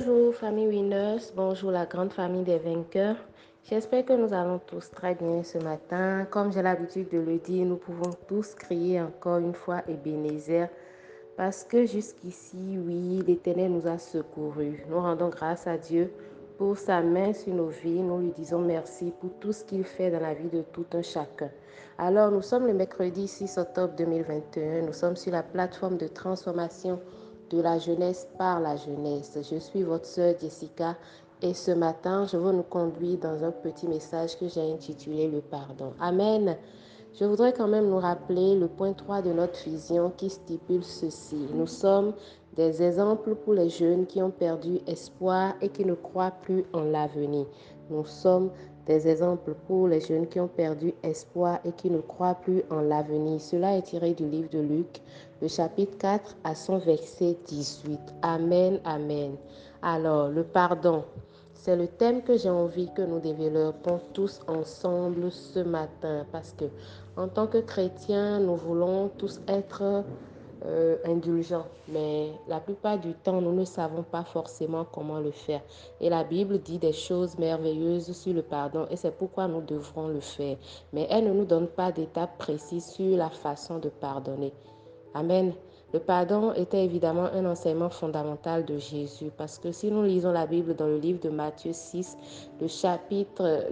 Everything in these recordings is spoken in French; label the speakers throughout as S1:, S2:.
S1: Bonjour famille Winners, bonjour la grande famille des vainqueurs. J'espère que nous allons tous très bien ce matin. Comme j'ai l'habitude de le dire, nous pouvons tous crier encore une fois Ebenezer parce que jusqu'ici, oui, l'Éternel nous a secourus. Nous rendons grâce à Dieu pour sa main sur nos vies. Nous lui disons merci pour tout ce qu'il fait dans la vie de tout un chacun. Alors, nous sommes le mercredi 6 octobre 2021. Nous sommes sur la plateforme de transformation de la jeunesse par la jeunesse. Je suis votre sœur Jessica et ce matin, je veux nous conduire dans un petit message que j'ai intitulé le pardon. Amen. Je voudrais quand même nous rappeler le point 3 de notre vision qui stipule ceci. Nous sommes des exemples pour les jeunes qui ont perdu espoir et qui ne croient plus en l'avenir. Nous sommes des exemples pour les jeunes qui ont perdu espoir et qui ne croient plus en l'avenir. Cela est tiré du livre de Luc, le chapitre 4 à son verset 18. Amen, amen. Alors, le pardon. C'est le thème que j'ai envie que nous développons tous ensemble ce matin parce que en tant que chrétiens, nous voulons tous être indulgents, mais la plupart du temps, nous ne savons pas forcément comment le faire. Et la Bible dit des choses merveilleuses sur le pardon et c'est pourquoi nous devrons le faire. Mais elle ne nous donne pas d'étapes précises sur la façon de pardonner. Amen. Le pardon était évidemment un enseignement fondamental de Jésus parce que si nous lisons la Bible dans le livre de Matthieu 6, le chapitre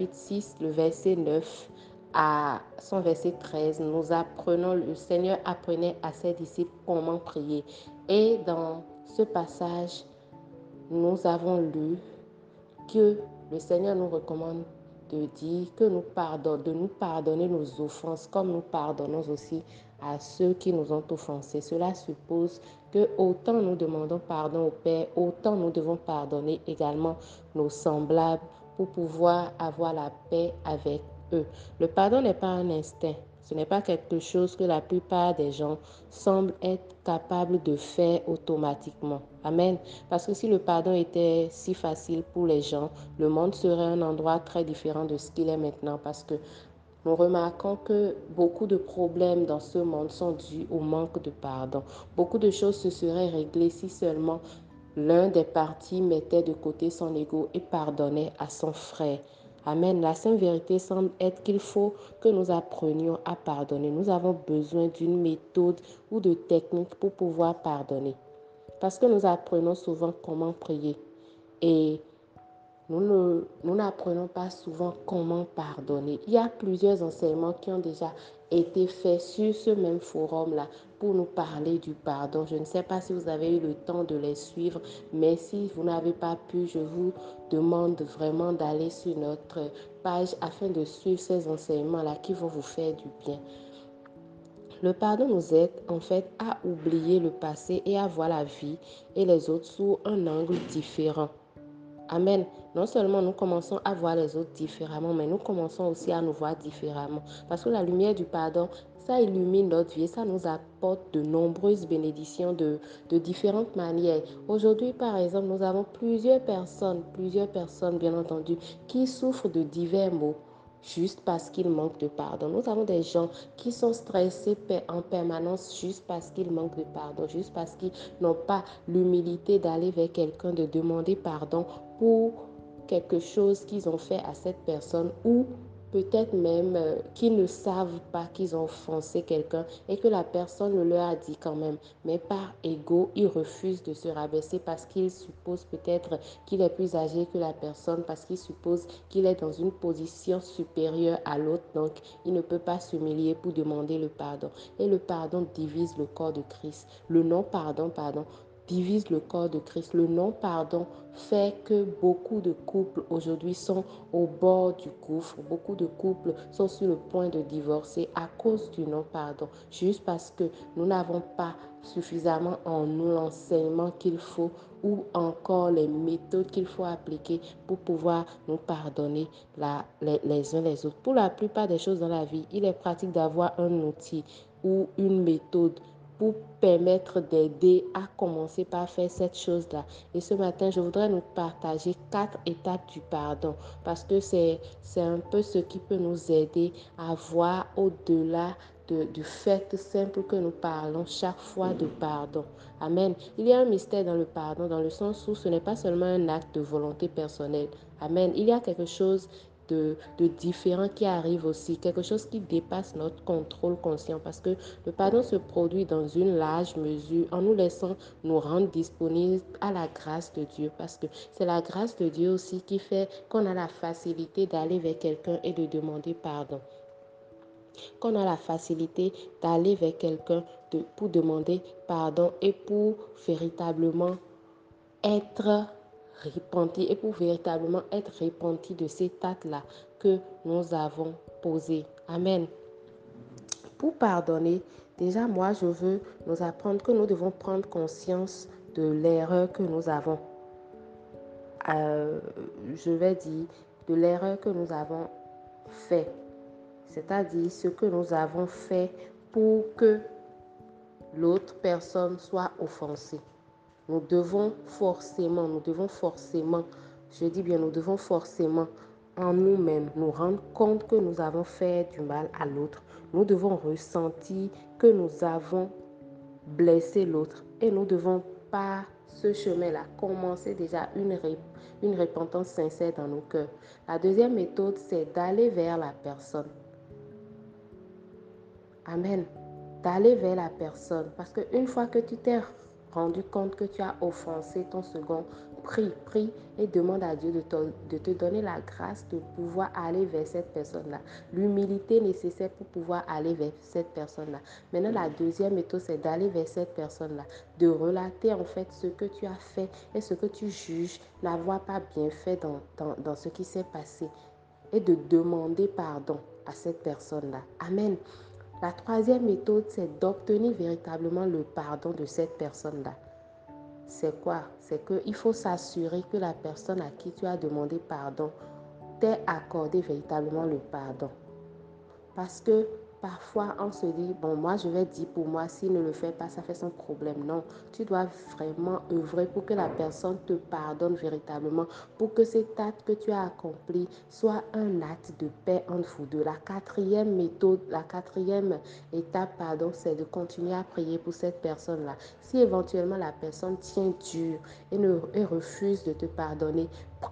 S1: 6, le verset 9 à son verset 13, nous apprenons, le Seigneur apprenait à ses disciples comment prier. Et dans ce passage, nous avons lu que le Seigneur nous recommande de dire que de nous pardonner nos offenses comme nous pardonnons aussi à ceux qui nous ont offensés. Cela suppose que autant nous demandons pardon au Père, autant nous devons pardonner également nos semblables pour pouvoir avoir la paix avec eux. Le pardon n'est pas un instinct. Ce n'est pas quelque chose que la plupart des gens semblent être capables de faire automatiquement. Amen. Parce que si le pardon était si facile pour les gens, le monde serait un endroit très différent de ce qu'il est maintenant. Parce que nous remarquons que beaucoup de problèmes dans ce monde sont dus au manque de pardon. Beaucoup de choses se seraient réglées si seulement l'un des partis mettait de côté son ego et pardonnait à son frère. Amen. La sainte vérité semble être qu'il faut que nous apprenions à pardonner. Nous avons besoin d'une méthode ou de technique pour pouvoir pardonner. Parce que nous apprenons souvent comment prier. Et nous n'apprenons pas souvent comment pardonner. Il y a plusieurs enseignements qui ont déjà été faits sur ce même forum-là pour nous parler du pardon. Je ne sais pas si vous avez eu le temps de les suivre, mais si vous n'avez pas pu, je vous demande vraiment d'aller sur notre page afin de suivre ces enseignements-là qui vont vous faire du bien. Le pardon nous aide en fait à oublier le passé et à voir la vie et les autres sous un angle différent. Amen. Non seulement nous commençons à voir les autres différemment, mais nous commençons aussi à nous voir différemment. Parce que la lumière du pardon, ça illumine notre vie et ça nous apporte de nombreuses bénédictions de différentes manières. Aujourd'hui, par exemple, nous avons plusieurs personnes bien entendu, qui souffrent de divers maux juste parce qu'ils manquent de pardon. Nous avons des gens qui sont stressés en permanence juste parce qu'ils manquent de pardon, juste parce qu'ils n'ont pas l'humilité d'aller vers quelqu'un, de demander pardon pour quelque chose qu'ils ont fait à cette personne ou peut-être même qu'ils ne savent pas qu'ils ont offensé quelqu'un et que la personne le leur a dit quand même. Mais par ego, ils refusent de se rabaisser parce qu'ils supposent peut-être qu'il est plus âgé que la personne, parce qu'ils supposent qu'il est dans une position supérieure à l'autre. Donc, il ne peut pas s'humilier pour demander le pardon. Et le pardon divise le corps de Christ. Le non-pardon, divise le corps de Christ. Le non-pardon fait que beaucoup de couples aujourd'hui sont au bord du gouffre. Beaucoup de couples sont sur le point de divorcer à cause du non-pardon. Juste parce que nous n'avons pas suffisamment en nous l'enseignement qu'il faut ou encore les méthodes qu'il faut appliquer pour pouvoir nous pardonner les uns les autres. Pour la plupart des choses dans la vie, il est pratique d'avoir un outil ou une méthode pour permettre d'aider à commencer par faire cette chose-là. Et ce matin, je voudrais nous partager 4 étapes du pardon parce que c'est un peu ce qui peut nous aider à voir au-delà du fait simple que nous parlons chaque fois de pardon. Amen. Il y a un mystère dans le pardon, dans le sens où ce n'est pas seulement un acte de volonté personnelle. Amen. Il y a quelque chose de différent qui arrive aussi, quelque chose qui dépasse notre contrôle conscient, parce que le pardon se produit dans une large mesure en nous laissant nous rendre disponibles à la grâce de Dieu, parce que c'est la grâce de Dieu aussi qui fait qu'on a la facilité d'aller vers quelqu'un et de demander pardon, qu'on a la facilité d'aller vers quelqu'un pour demander pardon et pour véritablement être repenti et pour véritablement être repenti de cet acte-là que nous avons posé. Amen. Pour pardonner, déjà moi je veux nous apprendre que nous devons prendre conscience de l'erreur que nous avons. Je vais dire de l'erreur que nous avons fait, c'est-à-dire ce que nous avons fait pour que l'autre personne soit offensée. Nous devons forcément, je dis bien, nous devons forcément en nous-mêmes nous rendre compte que nous avons fait du mal à l'autre. Nous devons ressentir que nous avons blessé l'autre et nous devons par ce chemin-là commencer déjà une repentance sincère dans nos cœurs. La deuxième méthode, c'est d'aller vers la personne. Amen. D'aller vers la personne. Parce qu'une fois que tu t'es rendu compte que tu as offensé ton second, prie et demande à Dieu de te donner la grâce de pouvoir aller vers cette personne-là. L'humilité nécessaire pour pouvoir aller vers cette personne-là. Maintenant, la deuxième méthode, c'est d'aller vers cette personne-là. De relater en fait ce que tu as fait et ce que tu juges n'avoir pas bien fait dans ce qui s'est passé. Et de demander pardon à cette personne-là. Amen. La troisième méthode, c'est d'obtenir véritablement le pardon de cette personne-là. C'est quoi? C'est qu'il faut s'assurer que la personne à qui tu as demandé pardon t'ait accordé véritablement le pardon. Parce que parfois, on se dit, bon, moi, je vais dire pour moi, s'il ne le fait pas, ça fait son problème. Non, tu dois vraiment œuvrer pour que la personne te pardonne véritablement, pour que cet acte que tu as accompli soit un acte de paix entre vous deux. La quatrième méthode, la quatrième étape, pardon, c'est de continuer à prier pour cette personne-là. Si éventuellement la personne tient dur et refuse de te pardonner,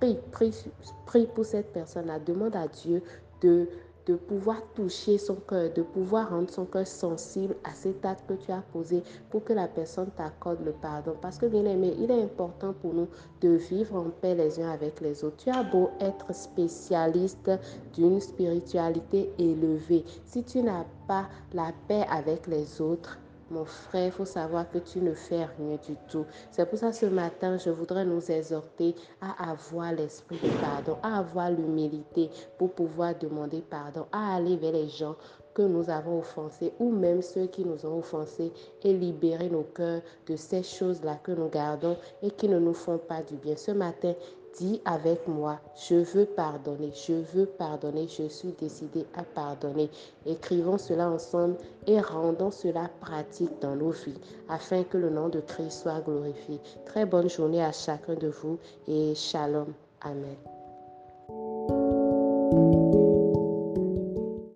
S1: prie pour cette personne-là. Demande à Dieu de pouvoir toucher son cœur, de pouvoir rendre son cœur sensible à cet acte que tu as posé pour que la personne t'accorde le pardon. Parce que bien aimé, il est important pour nous de vivre en paix les uns avec les autres. Tu as beau être spécialiste d'une spiritualité élevée, si tu n'as pas la paix avec les autres, mon frère, il faut savoir que tu ne fais rien du tout. C'est pour ça ce matin, je voudrais nous exhorter à avoir l'esprit de pardon, à avoir l'humilité pour pouvoir demander pardon, à aller vers les gens que nous avons offensés ou même ceux qui nous ont offensés et libérer nos cœurs de ces choses-là que nous gardons et qui ne nous font pas du bien. Ce matin, dis avec moi, je veux pardonner, je suis décidé à pardonner. Écrivons cela ensemble et rendons cela pratique dans nos vies afin que le nom de Christ soit glorifié. Très bonne journée à chacun de vous et shalom. Amen.